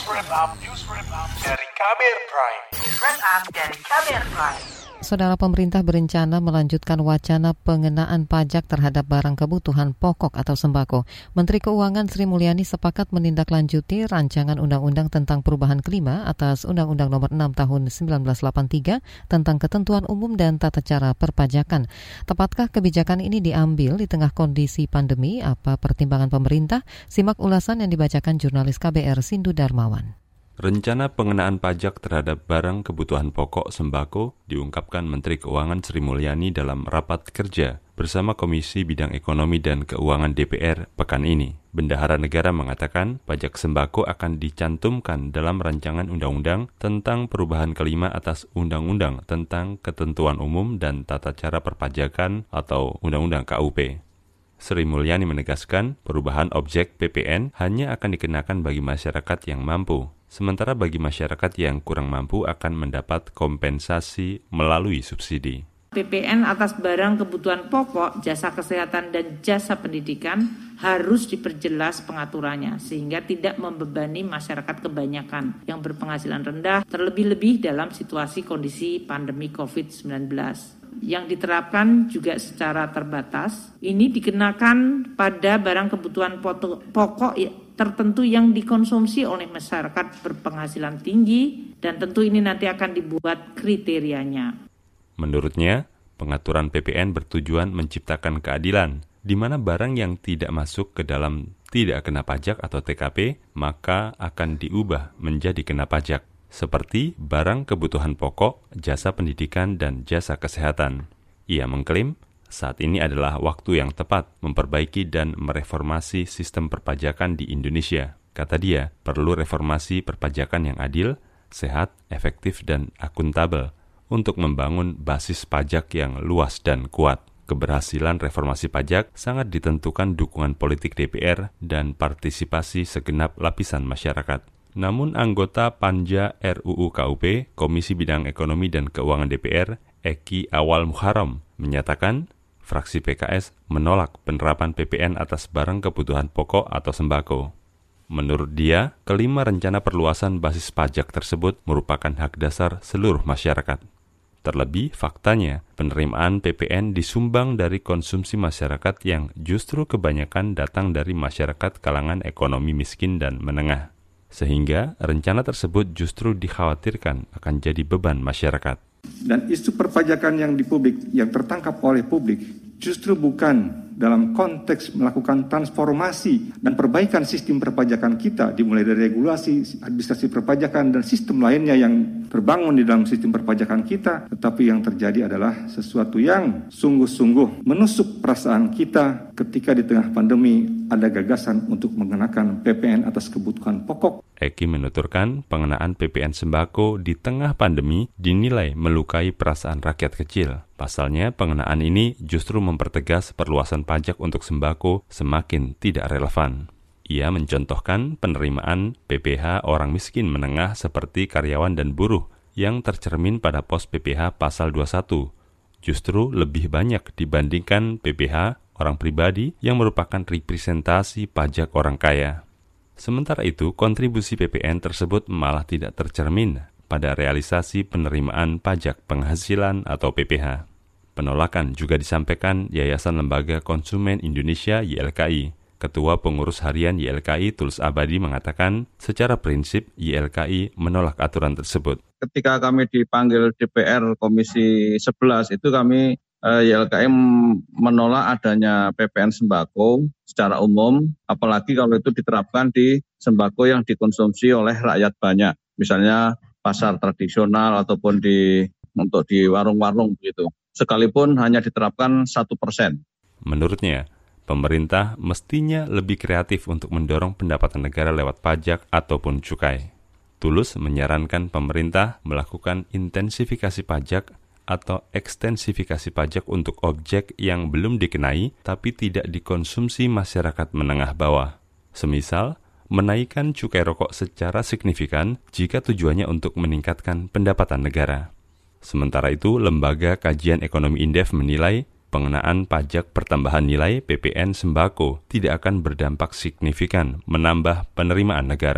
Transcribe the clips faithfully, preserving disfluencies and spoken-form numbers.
News Wrap Up, News Wrap Up dari Kamer Prime. News Wrap Up dari Kamer Prime. Saudara, pemerintah berencana melanjutkan wacana pengenaan pajak terhadap barang kebutuhan pokok atau sembako. Menteri Keuangan Sri Mulyani sepakat menindaklanjuti rancangan undang-undang tentang perubahan klima atas Undang-Undang Nomor enam Tahun sembilan belas delapan puluh tiga tentang ketentuan umum dan tata cara perpajakan. Tepatkah kebijakan ini diambil di tengah kondisi pandemi? Apa pertimbangan pemerintah? Simak ulasan yang dibacakan jurnalis K B R Sindu Darmawan. Rencana pengenaan pajak terhadap barang kebutuhan pokok sembako diungkapkan Menteri Keuangan Sri Mulyani dalam rapat kerja bersama Komisi Bidang Ekonomi dan Keuangan D P R pekan ini. Bendahara Negara mengatakan pajak sembako akan dicantumkan dalam rancangan undang-undang tentang perubahan kelima atas Undang-Undang tentang Ketentuan Umum dan Tata Cara Perpajakan atau Undang-Undang K U P. Sri Mulyani menegaskan perubahan objek P P N hanya akan dikenakan bagi masyarakat yang mampu. Sementara bagi masyarakat yang kurang mampu akan mendapat kompensasi melalui subsidi. P P N atas barang kebutuhan pokok, jasa kesehatan, dan jasa pendidikan harus diperjelas pengaturannya sehingga tidak membebani masyarakat kebanyakan yang berpenghasilan rendah, terlebih-lebih dalam situasi kondisi pandemi covid sembilan belas. Yang diterapkan juga secara terbatas. Ini dikenakan pada barang kebutuhan pokok tertentu yang dikonsumsi oleh masyarakat berpenghasilan tinggi, dan tentu ini nanti akan dibuat kriterianya. Menurutnya, pengaturan P P N bertujuan menciptakan keadilan, di mana barang yang tidak masuk ke dalam tidak kena pajak atau T K P, maka akan diubah menjadi kena pajak, seperti barang kebutuhan pokok, jasa pendidikan, dan jasa kesehatan. Ia mengklaim, saat ini adalah waktu yang tepat memperbaiki dan mereformasi sistem perpajakan di Indonesia. Kata dia, perlu reformasi perpajakan yang adil, sehat, efektif, dan akuntabel untuk membangun basis pajak yang luas dan kuat. Keberhasilan reformasi pajak sangat ditentukan dukungan politik D P R dan partisipasi segenap lapisan masyarakat. Namun anggota Panja R U U K U P, Komisi Bidang Ekonomi dan Keuangan D P R, Eki Awal Muharram, menyatakan fraksi P K S menolak penerapan P P N atas barang kebutuhan pokok atau sembako. Menurut dia, kelima rencana perluasan basis pajak tersebut merupakan hak dasar seluruh masyarakat. Terlebih, faktanya, penerimaan P P N disumbang dari konsumsi masyarakat yang justru kebanyakan datang dari masyarakat kalangan ekonomi miskin dan menengah. Sehingga, rencana tersebut justru dikhawatirkan akan jadi beban masyarakat. Dan isu perpajakan yang di publik, yang tertangkap oleh publik, justru bukan dalam konteks melakukan transformasi dan perbaikan sistem perpajakan kita, dimulai dari regulasi, administrasi perpajakan, dan sistem lainnya yang terbangun di dalam sistem perpajakan kita, tetapi yang terjadi adalah sesuatu yang sungguh-sungguh menusuk perasaan kita ketika di tengah pandemi ada gagasan untuk mengenakan P P N atas kebutuhan pokok. Eki menuturkan pengenaan P P N sembako di tengah pandemi dinilai melukai perasaan rakyat kecil. Pasalnya, pengenaan ini justru mempertegas perluasan pajak untuk sembako semakin tidak relevan. Ia mencontohkan penerimaan P P H orang miskin menengah seperti karyawan dan buruh yang tercermin pada pos P P H pasal dua puluh satu. Justru lebih banyak dibandingkan P P H orang pribadi yang merupakan representasi pajak orang kaya. Sementara itu, kontribusi P P N tersebut malah tidak tercermin pada realisasi penerimaan pajak penghasilan atau P P H. Penolakan juga disampaikan Yayasan Lembaga Konsumen Indonesia Y L K I. Ketua Pengurus Harian Y L K I Tulus Abadi mengatakan, secara prinsip Y L K I menolak aturan tersebut. Ketika kami dipanggil D P R Komisi sebelas, itu kami Y L K I menolak adanya P P N sembako secara umum, apalagi kalau itu diterapkan di sembako yang dikonsumsi oleh rakyat banyak, misalnya pasar tradisional ataupun di untuk di warung-warung begitu. Sekalipun hanya diterapkan satu persen. Menurutnya, pemerintah mestinya lebih kreatif untuk mendorong pendapatan negara lewat pajak ataupun cukai. Tulus menyarankan pemerintah melakukan intensifikasi pajak atau ekstensifikasi pajak untuk objek yang belum dikenai tapi tidak dikonsumsi masyarakat menengah bawah. Semisal, menaikkan cukai rokok secara signifikan jika tujuannya untuk meningkatkan pendapatan negara. Sementara itu, Lembaga Kajian Ekonomi Indef menilai pengenaan pajak pertambahan nilai P P N sembako tidak akan berdampak signifikan menambah penerimaan negara.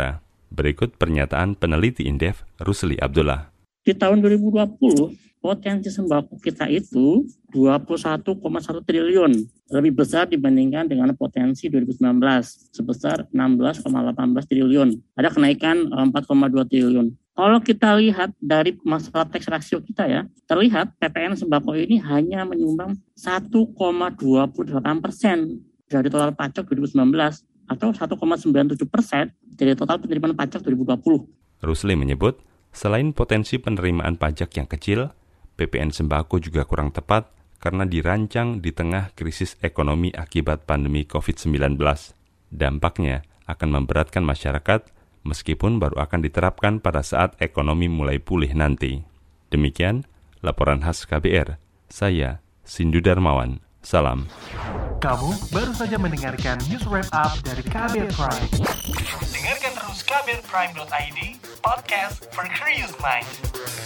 Berikut pernyataan peneliti Indef, Rusli Abdullah. Di tahun dua ribu dua puluh, potensi sembako kita itu dua puluh satu koma satu triliun, lebih besar dibandingkan dengan potensi dua ribu sembilan belas, sebesar enam belas koma delapan belas triliun. Ada kenaikan empat koma dua triliun. Kalau kita lihat dari masalah tax ratio kita ya, terlihat P P N sembako ini hanya menyumbang satu koma dua puluh delapan persen dari total pajak dua ribu sembilan belas atau satu koma sembilan tujuh persen dari total penerimaan pajak dua ribu dua puluh. Rusli menyebut, selain potensi penerimaan pajak yang kecil, P P N sembako juga kurang tepat karena dirancang di tengah krisis ekonomi akibat pandemi covid sembilan belas. Dampaknya akan memberatkan masyarakat meskipun baru akan diterapkan pada saat ekonomi mulai pulih nanti. Demikian laporan khas K B R. Saya Sindu Darmawan. Salam. Kamu baru saja mendengarkan news wrap up dari K B R Prime. Dengarkan terus k b r prime dot i d, podcast for curious mind.